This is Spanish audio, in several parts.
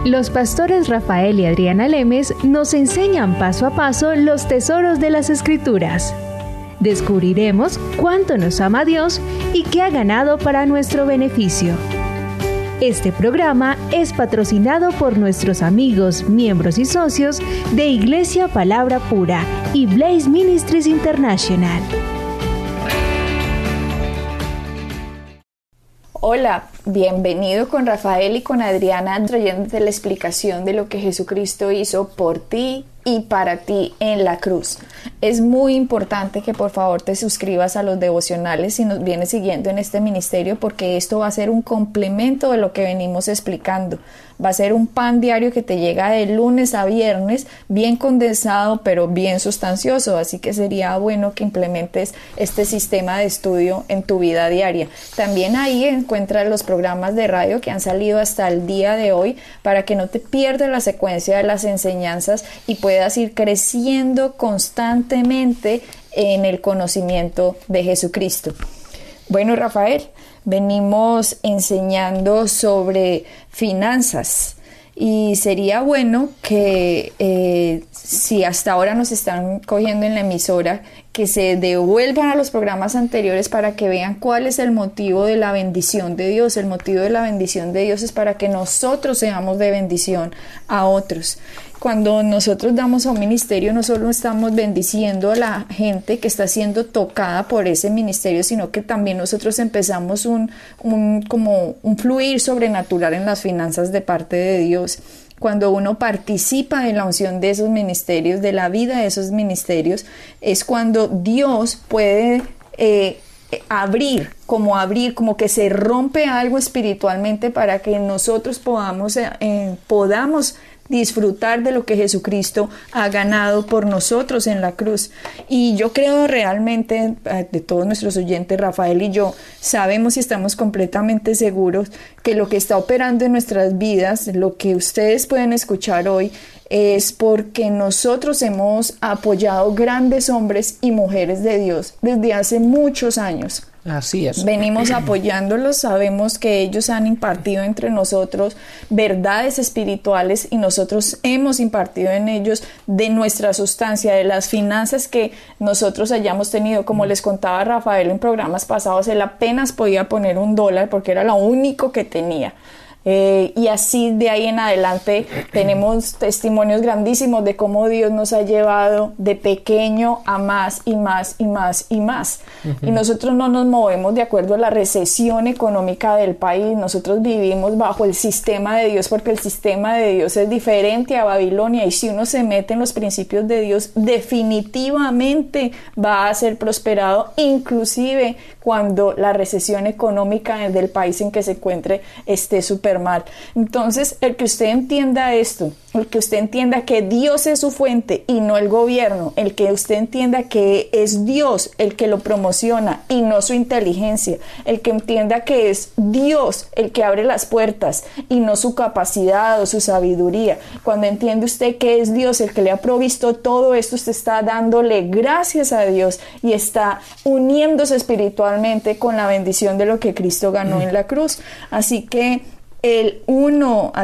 Los pastores Rafael y Adriana Lemes nos enseñan paso a paso los tesoros de las Escrituras. Descubriremos cuánto nos ama Dios y qué ha ganado para nuestro beneficio. Este programa es patrocinado por nuestros amigos, miembros y socios de Iglesia Palabra Pura y Blaze Ministries International. Hola, bienvenido con Rafael y con Adriana trayéndote la explicación de lo que Jesucristo hizo por ti y para ti en la cruz. Es muy importante que por favor te suscribas a los devocionales si nos vienes siguiendo en este ministerio, porque esto va a ser un complemento de lo que venimos explicando. Va a ser un pan diario que te llega de lunes a viernes, bien condensado pero bien sustancioso, así que sería bueno que implementes este sistema de estudio en tu vida diaria. También ahí encuentras los programas de radio que han salido hasta el día de hoy para que no te pierdas la secuencia de las enseñanzas y puedas ir creciendo constantemente en el conocimiento de Jesucristo. Bueno, Rafael, venimos enseñando sobre finanzas y sería bueno que si hasta ahora nos están cogiendo en la emisora, que se devuelvan a los programas anteriores para que vean cuál es el motivo de la bendición de Dios. El motivo de la bendición de Dios es para que nosotros seamos de bendición a otros. Cuando nosotros damos a un ministerio, no solo estamos bendiciendo a la gente que está siendo tocada por ese ministerio, sino que también nosotros empezamos como un fluir sobrenatural en las finanzas de parte de Dios. Cuando uno participa en la unción de esos ministerios, de la vida de esos ministerios, es cuando Dios puede abrir, como que se rompe algo espiritualmente para que nosotros podamos disfrutar de lo que Jesucristo ha ganado por nosotros en la cruz. Y yo creo realmente, de todos nuestros oyentes, Rafael y yo, sabemos y estamos completamente seguros que lo que está operando en nuestras vidas, lo que ustedes pueden escuchar hoy, es porque nosotros hemos apoyado grandes hombres y mujeres de Dios desde hace muchos años. Así es. Venimos apoyándolos, sabemos que ellos han impartido entre nosotros verdades espirituales y nosotros hemos impartido en ellos de nuestra sustancia, de las finanzas que nosotros hayamos tenido. Como les contaba Rafael en programas pasados, él apenas podía poner $1 porque era lo único que tenía. Y así de ahí en adelante tenemos testimonios grandísimos de cómo Dios nos ha llevado de pequeño a más y más y más y más. Y nosotros no nos movemos de acuerdo a la recesión económica del país. Nosotros vivimos bajo el sistema de Dios, porque el sistema de Dios es diferente a Babilonia, y si uno se mete en los principios de Dios, definitivamente va a ser prosperado, inclusive cuando la recesión económica del país en que se encuentre esté súper mal. Entonces, el que usted entienda esto, el que usted entienda que Dios es su fuente y no el gobierno, el que usted entienda que es Dios el que lo promociona y no su inteligencia, el que entienda que es Dios el que abre las puertas y no su capacidad o su sabiduría. Cuando entiende usted que es Dios el que le ha provisto todo esto, usted está dándole gracias a Dios y está uniéndose espiritualmente con la bendición de lo que Cristo ganó en la cruz. Así que el uno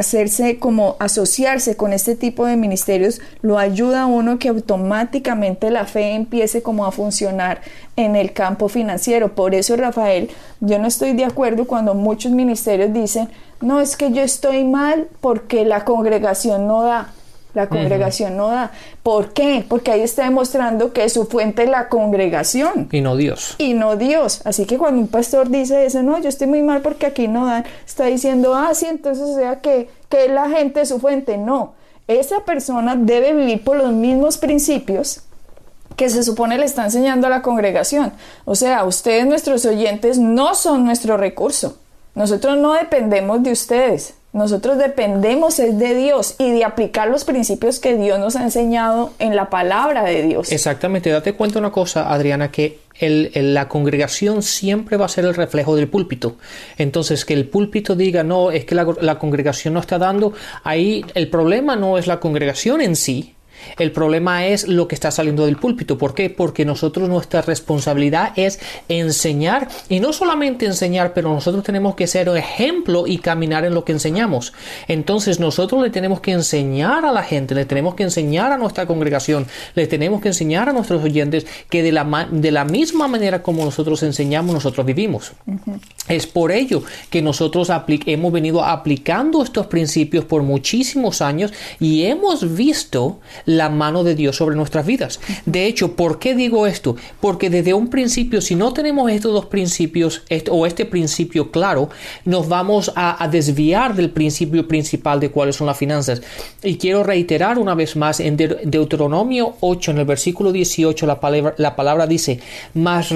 asociarse con este tipo de ministerios lo ayuda a uno que automáticamente la fe empiece como a funcionar en el campo financiero. Por eso, Rafael, yo no estoy de acuerdo cuando muchos ministerios dicen, no, es que yo estoy mal porque la congregación no da. La congregación no da. ¿Por qué? Porque ahí está demostrando que su fuente es la congregación. Y no Dios. Y no Dios. Así que cuando un pastor dice eso, no, yo estoy muy mal porque aquí no dan, está diciendo, sí, entonces o sea que es la gente su fuente. No. Esa persona debe vivir por los mismos principios que se supone le está enseñando a la congregación. O sea, ustedes, nuestros oyentes, no son nuestro recurso. Nosotros no dependemos de ustedes. Nosotros dependemos es de Dios y de aplicar los principios que Dios nos ha enseñado en la palabra de Dios. Exactamente. Date cuenta una cosa, Adriana, que la congregación siempre va a ser el reflejo del púlpito. Entonces, que el púlpito diga, no, es que la congregación no está dando, ahí el problema no es la congregación en sí, El problema es lo que está saliendo del púlpito. ¿Por qué? Porque nuestra responsabilidad es enseñar, y no solamente enseñar, pero nosotros tenemos que ser ejemplo y caminar en lo que enseñamos. Entonces nosotros le tenemos que enseñar a la gente, le tenemos que enseñar a nuestra congregación, le tenemos que enseñar a nuestros oyentes que de la misma manera como nosotros enseñamos, nosotros vivimos. Es por ello que nosotros hemos venido aplicando estos principios por muchísimos años y hemos visto la mano de Dios sobre nuestras vidas. De hecho, ¿por qué digo esto? Porque desde un principio, si no tenemos estos dos principios o este principio claro, nos vamos a desviar del principio principal de cuáles son las finanzas. Y quiero reiterar una vez más, en Deuteronomio 8, en el versículo 18, la palabra dice: mas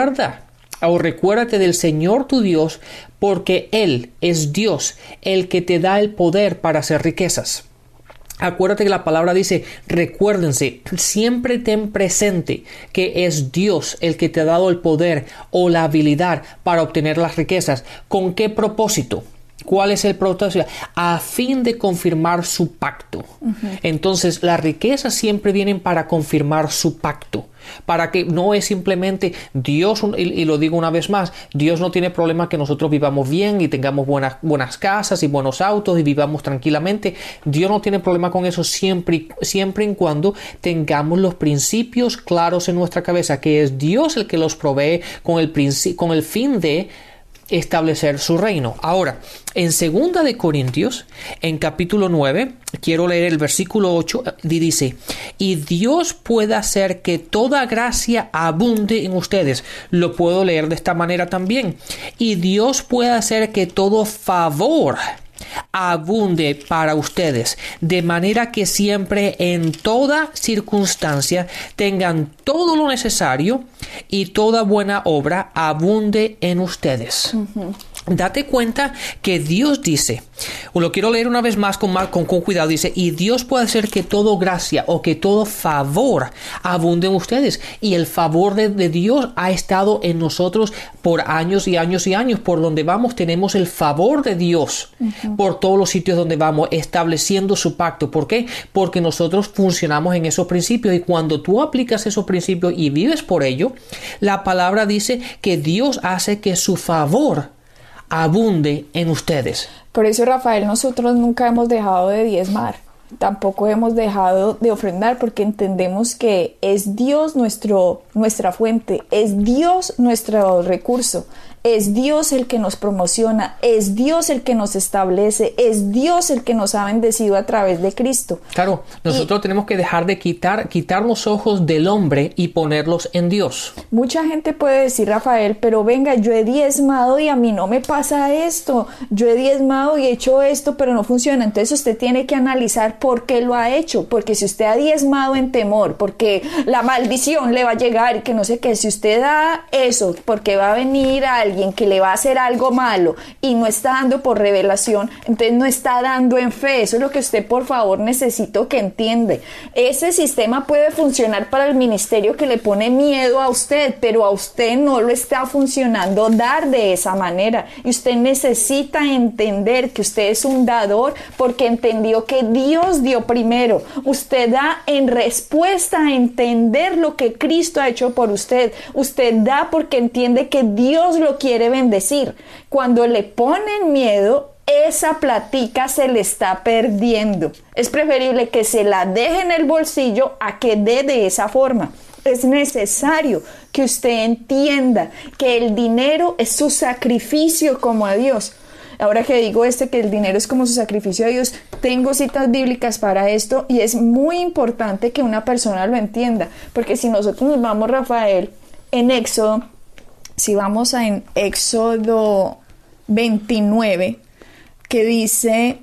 recuérdate del Señor tu Dios, porque Él es Dios, el que te da el poder para hacer riquezas. Acuérdate que la palabra dice, recuérdense, siempre ten presente que es Dios el que te ha dado el poder o la habilidad para obtener las riquezas. ¿Con qué propósito? ¿Cuál es el propósito? A fin de confirmar su pacto. Entonces, las riquezas siempre vienen para confirmar su pacto. Para que no es simplemente Dios, y lo digo una vez más, Dios no tiene problema que nosotros vivamos bien y tengamos buenas casas y buenos autos y vivamos tranquilamente. Dios no tiene problema con eso siempre y cuando tengamos los principios claros en nuestra cabeza, que es Dios el que los provee con el fin de establecer su reino. Ahora, en 2 de Corintios, en capítulo 9, quiero leer el versículo 8, y dice: y Dios puede hacer que toda gracia abunde en ustedes. Lo puedo leer de esta manera también. Y Dios puede hacer que todo favor abunde para ustedes, de manera que siempre en toda circunstancia tengan todo lo necesario y toda buena obra abunde en ustedes. Date cuenta que Dios dice, lo quiero leer una vez más con cuidado, dice: y Dios puede hacer que todo gracia o que todo favor abunde en ustedes. Y el favor de Dios ha estado en nosotros por años y años y años. Por donde vamos tenemos el favor de Dios por todos los sitios donde vamos, estableciendo su pacto. ¿Por qué? Porque nosotros funcionamos en esos principios, y cuando tú aplicas esos principios y vives por ello, la palabra dice que Dios hace que su favor abunde en ustedes. Por eso, Rafael, nosotros nunca hemos dejado de diezmar, tampoco hemos dejado de ofrendar, porque entendemos que es Dios nuestra fuente, es Dios nuestro recurso, es Dios el que nos promociona, es Dios el que nos establece, es Dios el que nos ha bendecido a través de Cristo. Claro, nosotros tenemos que dejar de quitar los ojos del hombre y ponerlos en Dios. Mucha gente puede decir, Rafael, pero venga, yo he diezmado y a mí no me pasa esto, yo he diezmado y he hecho esto, pero no funciona. Entonces usted tiene que analizar por qué lo ha hecho, porque si usted ha diezmado en temor, porque la maldición le va a llegar y que no sé qué, si usted da eso, porque va a venir alguien que le va a hacer algo malo y no está dando por revelación, entonces no está dando en fe. Eso es lo que usted, por favor, necesito que entienda. Ese sistema puede funcionar para el ministerio que le pone miedo a usted, pero a usted no lo está funcionando dar de esa manera, y usted necesita entender que usted es un dador porque entendió que Dios dio primero. Usted da en respuesta a entender lo que Cristo ha hecho por usted. Usted da porque entiende que Dios lo quiere bendecir. Cuando le ponen miedo, esa platica se le está perdiendo. Es preferible que se la deje en el bolsillo a que dé de esa forma. Es necesario que usted entienda que el dinero es su sacrificio como a Dios. Ahora que digo que el dinero es como su sacrificio a Dios, tengo citas bíblicas para esto, y es muy importante que una persona lo entienda, porque si nosotros nos vamos, Rafael, en Éxodo, si vamos en Éxodo 29, que dice,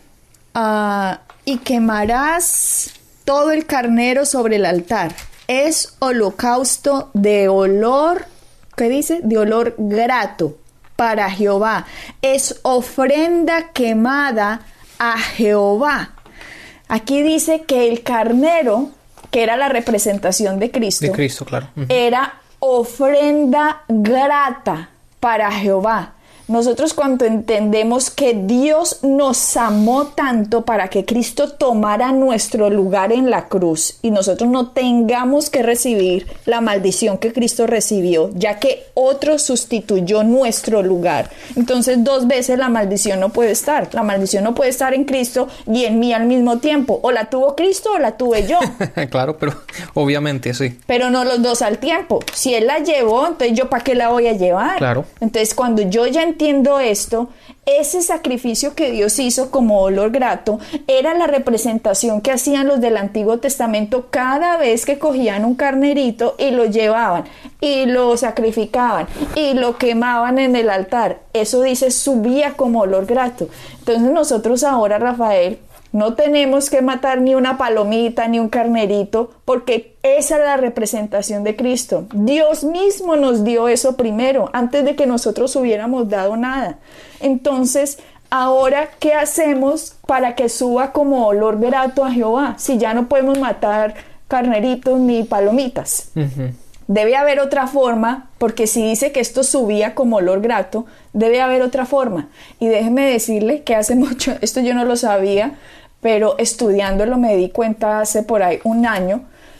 y quemarás todo el carnero sobre el altar, es holocausto de olor, ¿qué dice? De olor grato para Jehová, es ofrenda quemada a Jehová. Aquí dice que el carnero, que era la representación de Cristo, claro, era ofrenda grata para Jehová. Nosotros cuando entendemos que Dios nos amó tanto para que Cristo tomara nuestro lugar en la cruz y nosotros no tengamos que recibir la maldición que Cristo recibió, ya que otro sustituyó nuestro lugar. Entonces 2 veces la maldición no puede estar. La maldición no puede estar en Cristo y en mí al mismo tiempo. O la tuvo Cristo o la tuve yo. Claro, pero obviamente sí. Pero no los dos al tiempo. Si Él la llevó, entonces yo ¿para qué la voy a llevar? Claro. Entonces cuando yo ya entiendo esto, ese sacrificio que Dios hizo como olor grato era la representación que hacían los del Antiguo Testamento cada vez que cogían un carnerito y lo llevaban y lo sacrificaban y lo quemaban en el altar. Eso dice subía como olor grato. Entonces nosotros ahora, Rafael, no tenemos que matar ni una palomita ni un carnerito porque esa es la representación de Cristo. Dios mismo nos dio eso primero, antes de que nosotros hubiéramos dado nada. Entonces, ahora, ¿qué hacemos para que suba como olor grato a Jehová? Si ya no podemos matar carneritos ni palomitas. Debe haber otra forma, porque si dice que esto subía como olor grato, debe haber otra forma. Y déjeme decirle que hace mucho, esto yo no lo sabía, pero estudiándolo me di cuenta hace por ahí un año,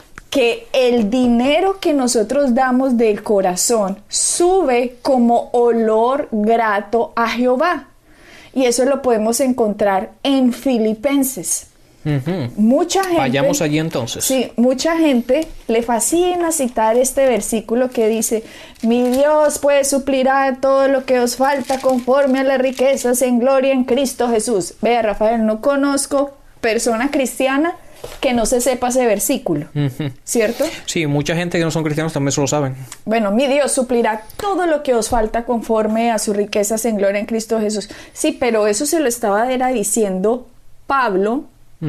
que el dinero que nosotros damos del corazón sube como olor grato a Jehová. Y eso lo podemos encontrar en Filipenses. Mucha gente, vayamos allí entonces. Sí, mucha gente le fascina citar este versículo que dice: mi Dios pues suplirá todo lo que os falta conforme a las riquezas en gloria en Cristo Jesús. Vea, Rafael, no conozco persona cristiana que no se sepa ese versículo, ¿cierto? Sí, mucha gente que no son cristianos también se lo saben. Bueno, mi Dios suplirá todo lo que os falta conforme a sus riquezas en gloria en Cristo Jesús. Sí, pero eso se lo estaba diciendo Pablo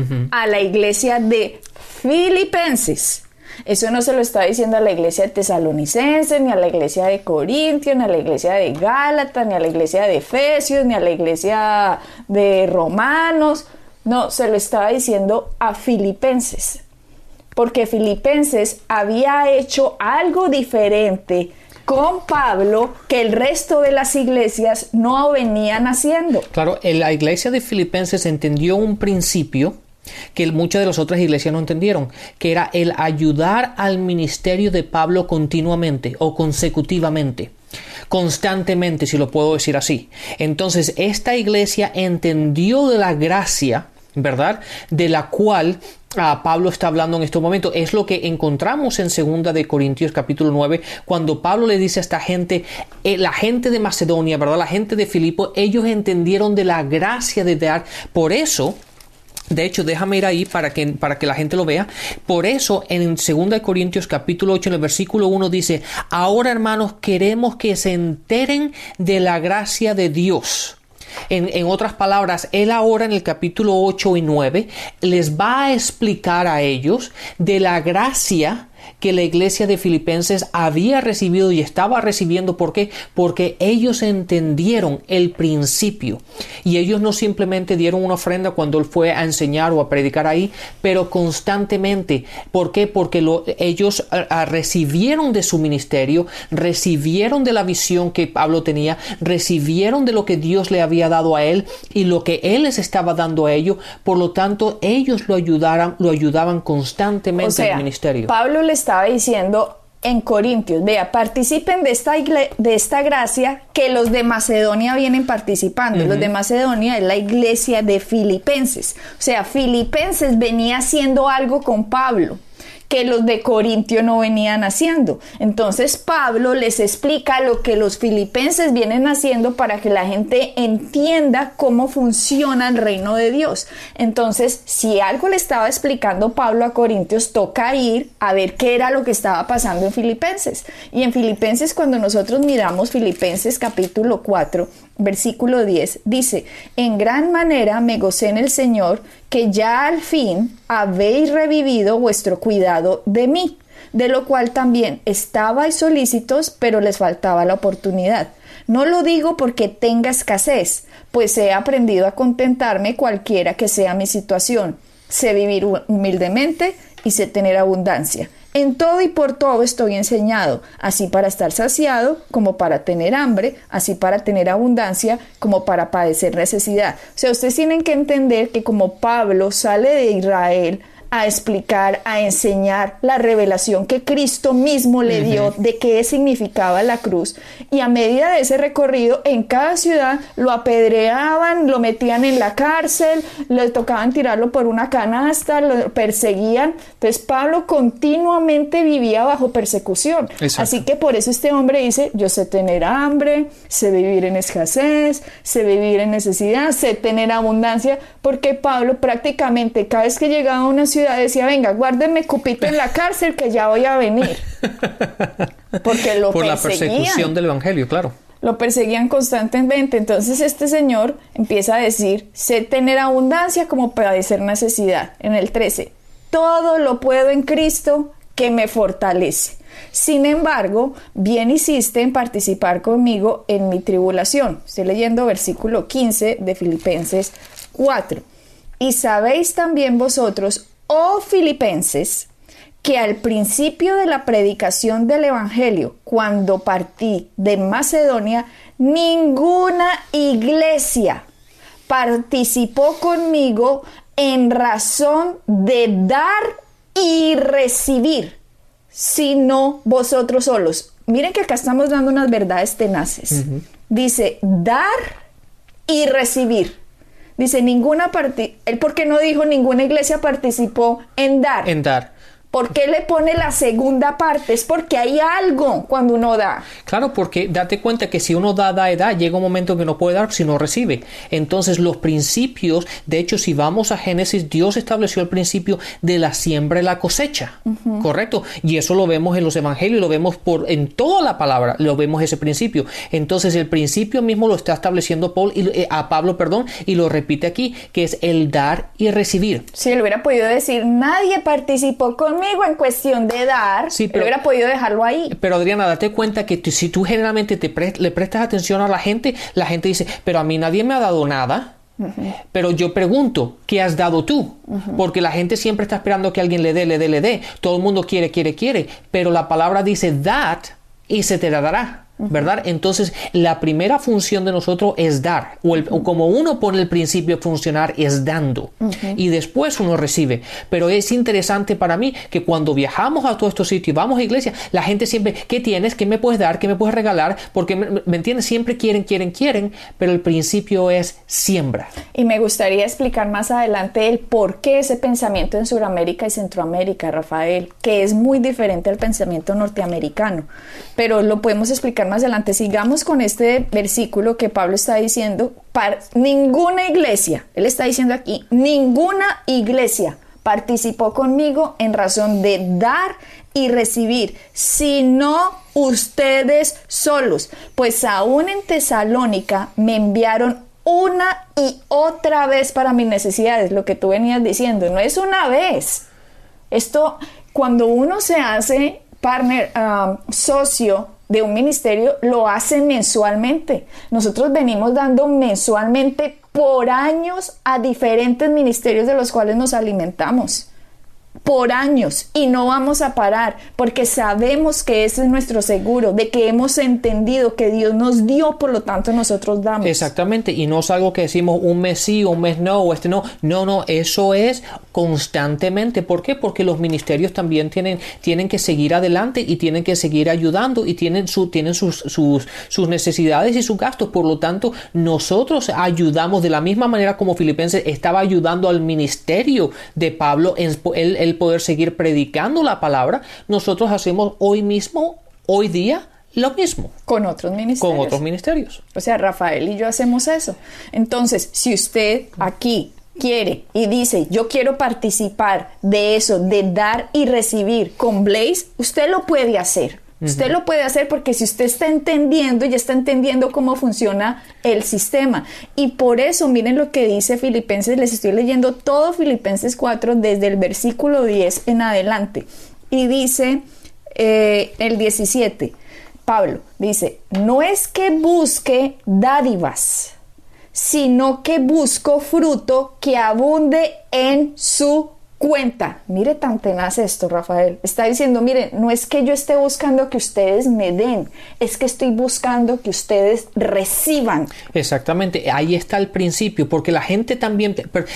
a la iglesia de Filipenses. Eso no se lo está diciendo a la iglesia de Tesalonicenses, ni a la iglesia de Corintios, ni a la iglesia de Gálatas, ni a la iglesia de Efesios, ni a la iglesia de Romanos. No, se lo estaba diciendo a Filipenses, porque Filipenses había hecho algo diferente con Pablo que el resto de las iglesias no venían haciendo. Claro, la iglesia de Filipenses entendió un principio que muchas de las otras iglesias no entendieron, que era el ayudar al ministerio de Pablo continuamente o consecutivamente. Constantemente, si lo puedo decir así. Entonces, esta iglesia entendió de la gracia, ¿verdad?, de la cual Pablo está hablando en estos momentos. Es lo que encontramos en 2 de Corintios capítulo 9, cuando Pablo le dice a esta gente, la gente de Macedonia, ¿verdad?, la gente de Filipo, ellos entendieron de la gracia de dar. Por eso, de hecho, déjame ir ahí para que la gente lo vea. Por eso, en 2 de Corintios capítulo 8, en el versículo 1 dice: ahora, hermanos, queremos que se enteren de la gracia de Dios. En otras palabras, él ahora en el capítulo 8 y 9 les va a explicar a ellos de la gracia que la iglesia de Filipenses había recibido y estaba recibiendo. ¿Por qué? Porque ellos entendieron el principio y ellos no simplemente dieron una ofrenda cuando él fue a enseñar o a predicar ahí, pero constantemente. ¿Por qué? Porque ellos recibieron de su ministerio, recibieron de la visión que Pablo tenía, recibieron de lo que Dios le había dado a él y lo que él les estaba dando a ellos. Por lo tanto, ellos lo ayudaban constantemente en el ministerio. Pablo le estaba diciendo en Corintios: vea, participen de esta gracia que los de Macedonia vienen participando. Los de Macedonia es la iglesia de Filipenses. O sea, Filipenses venía haciendo algo con Pablo que los de Corintio no venían haciendo. Entonces Pablo les explica lo que los filipenses vienen haciendo para que la gente entienda cómo funciona el reino de Dios. Entonces, si algo le estaba explicando Pablo a Corintios, toca ir a ver qué era lo que estaba pasando en Filipenses. Y en Filipenses, cuando nosotros miramos Filipenses capítulo 4, versículo 10, dice: en gran manera me gocé en el Señor, que ya al fin habéis revivido vuestro cuidado de mí, de lo cual también estabais solícitos, pero les faltaba la oportunidad. No lo digo porque tenga escasez, pues he aprendido a contentarme cualquiera que sea mi situación. Sé vivir humildemente y sé tener abundancia. En todo y por todo estoy enseñado, así para estar saciado como para tener hambre, así para tener abundancia como para padecer necesidad. O sea, ustedes tienen que entender que como Pablo sale de Israel a explicar, a enseñar la revelación que Cristo mismo le dio de qué significaba la cruz, y a medida de ese recorrido en cada ciudad lo apedreaban, lo metían en la cárcel, le tocaban tirarlo por una canasta, lo perseguían. Entonces Pablo continuamente vivía bajo persecución. Exacto. Así que por eso este hombre dice: yo sé tener hambre, sé vivir en escasez, sé vivir en necesidad, sé tener abundancia, porque Pablo prácticamente cada vez que llegaba a una ciudad decía: venga, guárdenme cupito en la cárcel que ya voy a venir. Porque lo perseguían. Por la persecución del evangelio, claro. Lo perseguían constantemente. Entonces este señor empieza a decir: sé tener abundancia como padecer necesidad. En el 13, todo lo puedo en Cristo que me fortalece. Sin embargo, bien hiciste en participar conmigo en mi tribulación. Estoy leyendo versículo 15 de Filipenses 4. Y sabéis también vosotros, oh Filipenses, que al principio de la predicación del Evangelio, cuando partí de Macedonia, ninguna iglesia participó conmigo en razón de dar y recibir, sino vosotros solos. Miren que acá estamos dando unas verdades tenaces. Dice, dar y recibir. Dice, él, ¿por qué no dijo ninguna iglesia participó en dar? En dar. ¿Por qué le pone la segunda parte? Es porque hay algo cuando uno da. Claro, porque date cuenta que si uno da, llega un momento que no puede dar si no recibe. Entonces los principios, de hecho, si vamos a Génesis, Dios estableció el principio de la siembra y la cosecha, ¿correcto? Y eso lo vemos en los evangelios, lo vemos en toda la palabra, lo vemos ese principio. Entonces el principio mismo lo está estableciendo Pablo, y lo repite aquí, que es el dar y recibir. Si él hubiera podido decir, nadie participó conmigo en cuestión de dar, sí, pero hubiera podido dejarlo ahí. Pero Adriana, date cuenta que si tú generalmente le prestas atención a la gente dice, pero a mí nadie me ha dado nada. Pero yo pregunto, ¿qué has dado tú? Porque la gente siempre está esperando que alguien le dé. Todo el mundo quiere, pero la palabra dice, dad y se te dará. ¿Verdad? Entonces la primera función de nosotros es dar, o como uno pone el principio de funcionar es dando, y después uno recibe. Pero es interesante para mí que cuando viajamos a todos estos sitios, vamos a iglesia, la gente siempre, ¿qué tienes? ¿Qué me puedes dar? ¿Qué me puedes regalar? Porque me entiendes, siempre quieren, pero el principio es siembra. Y me gustaría explicar más adelante el por qué ese pensamiento en Sudamérica y Centroamérica, Rafael, que es muy diferente al pensamiento norteamericano, pero lo podemos explicar más adelante. Sigamos con este versículo que Pablo está diciendo. Ninguna iglesia, él está diciendo aquí, ninguna iglesia participó conmigo en razón de dar y recibir, sino ustedes solos, pues aún en Tesalónica me enviaron una y otra vez para mis necesidades. Lo que tú venías diciendo, no es una vez. Esto, cuando uno se hace partner, socio de un ministerio, lo hace mensualmente. Nosotros venimos dando mensualmente por años a diferentes ministerios de los cuales nos alimentamos. Por años, y no vamos a parar, porque sabemos que ese es nuestro seguro, de que hemos entendido que Dios nos dio, por lo tanto nosotros damos. Exactamente, y no es algo que decimos un mes sí, un mes no, o no. No, eso es constantemente. ¿Por qué? Porque los ministerios también tienen que seguir adelante y tienen que seguir ayudando y tienen sus necesidades y sus gastos. Por lo tanto, nosotros ayudamos de la misma manera como Filipenses estaba ayudando al ministerio de Pablo en el poder seguir predicando la palabra. Nosotros hacemos hoy día lo mismo. Con otros ministerios. O sea, Rafael y yo hacemos eso. Entonces, si usted aquí quiere y dice, yo quiero participar de eso, de dar y recibir con Blaze, usted lo puede hacer. Usted lo puede hacer porque si usted está entendiendo, ya está entendiendo cómo funciona el sistema. Y por eso, miren lo que dice Filipenses, les estoy leyendo todo Filipenses 4 desde el versículo 10 en adelante. Y dice el 17, Pablo dice, no es que busque dádivas, sino que busco fruto que abunde en su cuenta. Mire tan tenaz esto, Rafael. Está diciendo, mire, no es que yo esté buscando que ustedes me den, es que estoy buscando que ustedes reciban. Exactamente, ahí está el principio, porque la gente también,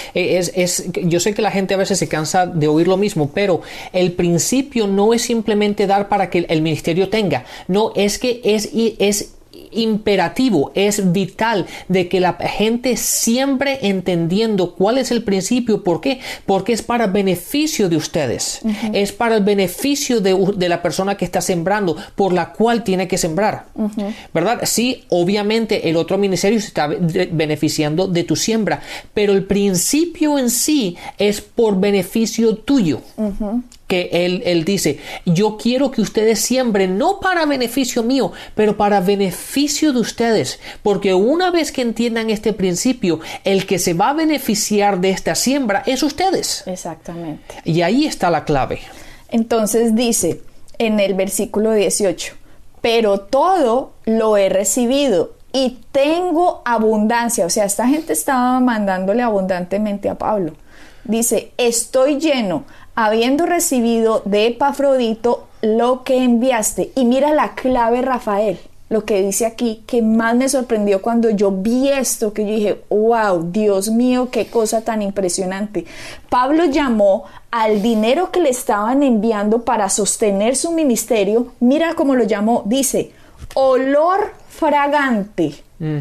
yo sé que la gente a veces se cansa de oír lo mismo, pero el principio no es simplemente dar para que el ministerio tenga, no, es que es imperativo, es vital de que la gente siempre entendiendo cuál es el principio. ¿Por qué? Porque es para beneficio de ustedes, es para el beneficio de la persona que está sembrando, por la cual tiene que sembrar, ¿verdad? Sí, obviamente el otro ministerio se está beneficiando de tu siembra, pero el principio en sí es por beneficio tuyo. Que él dice, yo quiero que ustedes siembren, no para beneficio mío, pero para beneficio de ustedes, porque una vez que entiendan este principio, el que se va a beneficiar de esta siembra es ustedes. Exactamente. Y ahí está la clave. Entonces dice en el versículo 18, pero todo lo he recibido y tengo abundancia. O sea, esta gente estaba mandándole abundantemente a Pablo. Dice, estoy lleno, habiendo recibido de Epafrodito lo que enviaste. Y mira la clave, Rafael, lo que dice aquí, que más me sorprendió cuando yo vi esto, que yo dije, wow, Dios mío, qué cosa tan impresionante. Pablo llamó al dinero que le estaban enviando para sostener su ministerio, mira cómo lo llamó, dice, olor fragante,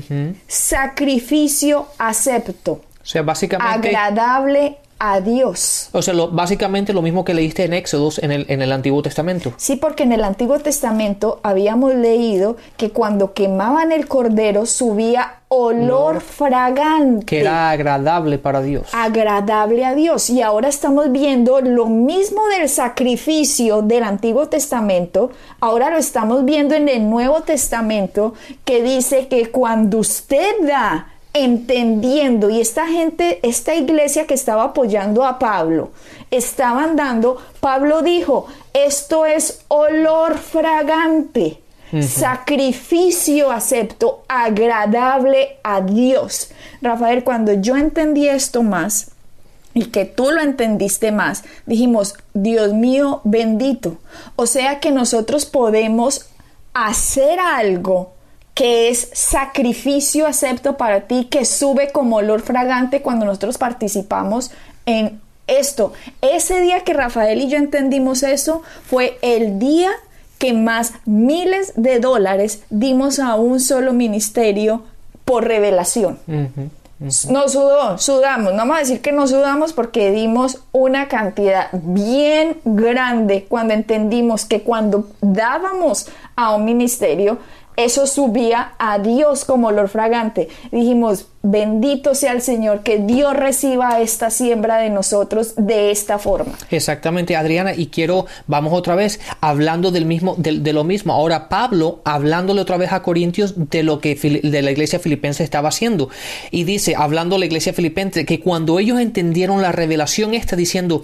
sacrificio acepto, O sea, básicamente, agradable a Dios. o sea, básicamente lo mismo que leíste en Éxodos en el Antiguo Testamento. Sí, porque en el Antiguo Testamento habíamos leído que cuando quemaban el cordero subía olor fragante. Que era agradable para Dios. Agradable a Dios. Y ahora estamos viendo lo mismo del sacrificio del Antiguo Testamento. Ahora lo estamos viendo en el Nuevo Testamento, que dice que cuando usted da entendiendo, y esta gente, esta iglesia que estaba apoyando a Pablo, estaban dando, Pablo dijo, esto es olor fragante, sacrificio acepto, agradable a Dios. Rafael, cuando yo entendí esto más, y que tú lo entendiste más, dijimos, Dios mío bendito. O sea que nosotros podemos hacer algo que es sacrificio acepto para ti, que sube como olor fragante cuando nosotros participamos en esto. Ese día que Rafael y yo entendimos eso, fue el día que más miles de dólares dimos a un solo ministerio por revelación. Nos sudamos, no vamos a decir que no sudamos porque dimos una cantidad bien grande cuando entendimos que cuando dábamos a un ministerio, eso subía a Dios como olor fragante. Dijimos, bendito sea el Señor, que Dios reciba esta siembra de nosotros de esta forma. Exactamente, Adriana, y vamos otra vez, hablando de lo mismo. Ahora Pablo, hablándole otra vez a Corintios de lo que de la iglesia filipense estaba haciendo. Y dice, hablando a la iglesia filipense, que cuando ellos entendieron la revelación esta, diciendo,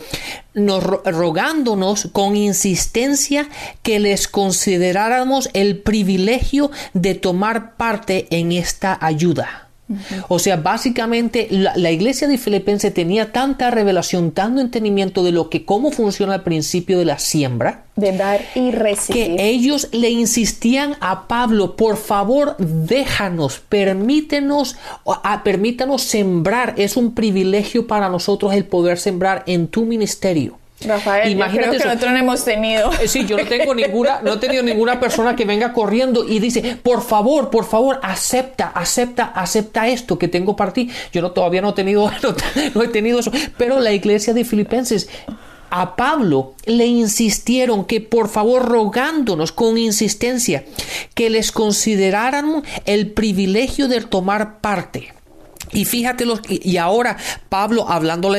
rogándonos con insistencia que les consideráramos el privilegio de tomar parte en esta ayuda. O sea, básicamente la iglesia de Filipenses tenía tanta revelación, tanto entendimiento de cómo funciona el principio de la siembra, de dar y recibir, que ellos le insistían a Pablo, por favor, déjanos, permítanos sembrar. Es un privilegio para nosotros el poder sembrar en tu ministerio. Rafael, imagínate, yo creo que nosotros no hemos tenido. Sí, yo no he tenido ninguna persona que venga corriendo y dice, por favor, acepta esto que tengo para ti. Yo todavía no he tenido eso. Pero la iglesia de Filipenses, a Pablo le insistieron que por favor, rogándonos con insistencia, que les consideraran el privilegio de tomar parte. Y fíjate, y ahora Pablo, hablándole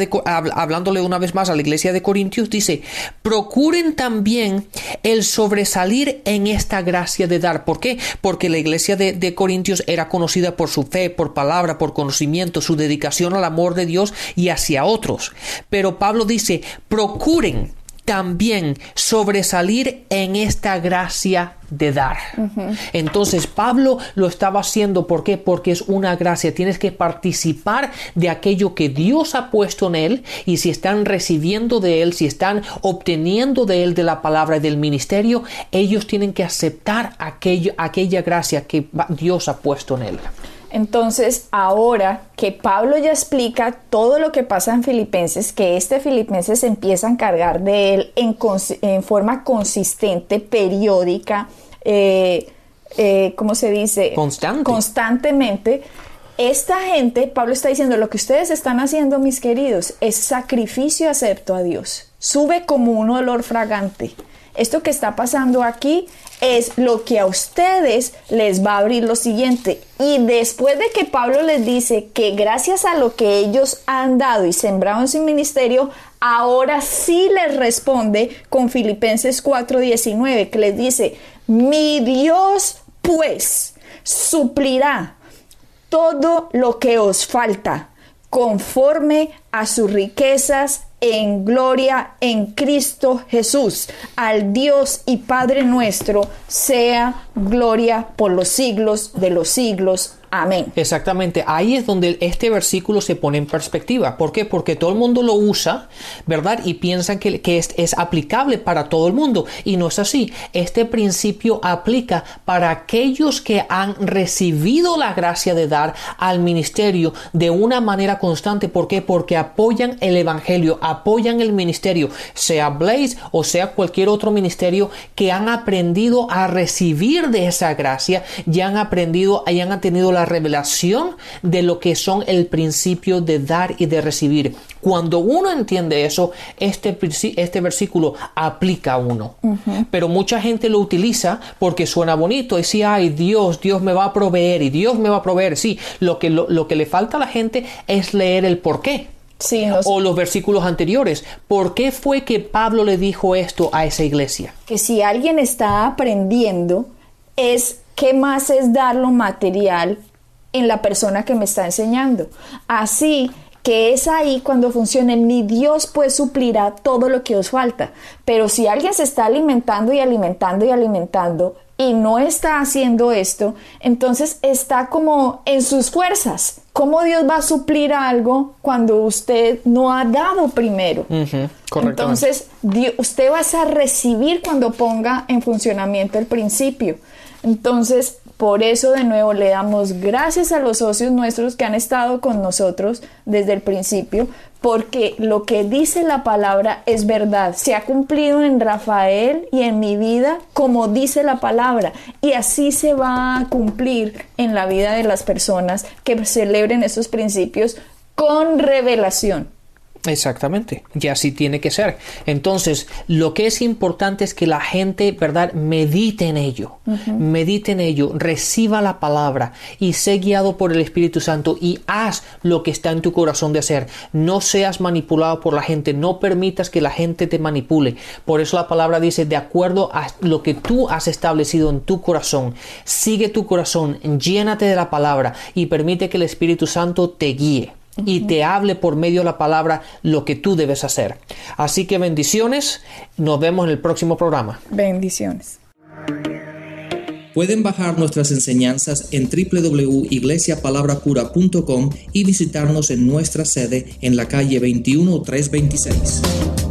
una vez más a la iglesia de Corintios, dice, procuren también el sobresalir en esta gracia de dar. ¿Por qué? Porque la iglesia de Corintios era conocida por su fe, por palabra, por conocimiento, su dedicación al amor de Dios y hacia otros. Pero Pablo dice, procuren también sobresalir en esta gracia de dar. Entonces Pablo lo estaba haciendo, ¿por qué? Porque es una gracia. Tienes que participar de aquello que Dios ha puesto en él, y si están recibiendo de él, si están obteniendo de él, de la palabra y del ministerio, ellos tienen que aceptar aquella gracia que Dios ha puesto en él. Entonces, ahora que Pablo ya explica todo lo que pasa en Filipenses, que Filipenses empieza a encargar de él en forma consistente, periódica, ¿cómo se dice? Constantemente. Esta gente, Pablo está diciendo, lo que ustedes están haciendo, mis queridos, es sacrificio acepto a Dios. Sube como un olor fragante. Esto que está pasando aquí es lo que a ustedes les va a abrir lo siguiente. Y después de que Pablo les dice que gracias a lo que ellos han dado y sembrado en su ministerio, ahora sí les responde con Filipenses 4:19, que les dice: mi Dios pues suplirá todo lo que os falta conforme a sus riquezas en gloria en Cristo Jesús. Al Dios y Padre nuestro sea gloria por los siglos de los siglos. Amén. Exactamente, ahí es donde este versículo se pone en perspectiva. ¿Por qué? Porque todo el mundo lo usa, ¿verdad? Y piensan que es aplicable para todo el mundo, y no es así. Este principio aplica para aquellos que han recibido la gracia de dar al ministerio de una manera constante. ¿Por qué? Porque apoyan el evangelio, apoyan el ministerio, sea Blaze o sea cualquier otro ministerio, que han aprendido a recibir de esa gracia, ya han aprendido, ya han tenido la revelación de lo que son el principio de dar y de recibir. Cuando uno entiende eso, este versículo aplica a uno. Pero mucha gente lo utiliza porque suena bonito, y sí, ay, Dios me va a proveer, y Dios me va a proveer. Sí, lo que le falta a la gente es leer el por qué. Sí, o los versículos anteriores. ¿Por qué fue que Pablo le dijo esto a esa iglesia? Que si alguien está aprendiendo, ¿qué más es dar lo material en la persona que me está enseñando? Así que es ahí cuando funciona mi Dios pues suplirá todo lo que os falta. Pero si alguien se está alimentando y alimentando y alimentando y no está haciendo esto, entonces está como en sus fuerzas. ¿Cómo Dios va a suplir algo cuando usted no ha dado primero? Entonces, usted va a recibir cuando ponga en funcionamiento el principio. Entonces, por eso de nuevo le damos gracias a los socios nuestros que han estado con nosotros desde el principio, porque lo que dice la palabra es verdad. Se ha cumplido en Rafael y en mi vida como dice la palabra, y así se va a cumplir en la vida de las personas que celebren esos principios con revelación. Exactamente, y así tiene que ser. Entonces, lo que es importante es que la gente, ¿verdad?, medite en ello, reciba la palabra y sé guiado por el Espíritu Santo y haz lo que está en tu corazón de hacer. No seas manipulado por la gente, no permitas que la gente te manipule. Por eso la palabra dice, de acuerdo a lo que tú has establecido en tu corazón, sigue tu corazón, llénate de la palabra y permite que el Espíritu Santo te guíe y te hable por medio de la palabra lo que tú debes hacer. Así que bendiciones, nos vemos en el próximo programa. Bendiciones. Pueden bajar nuestras enseñanzas en www.iglesiapalabracura.com y visitarnos en nuestra sede en la calle 21326.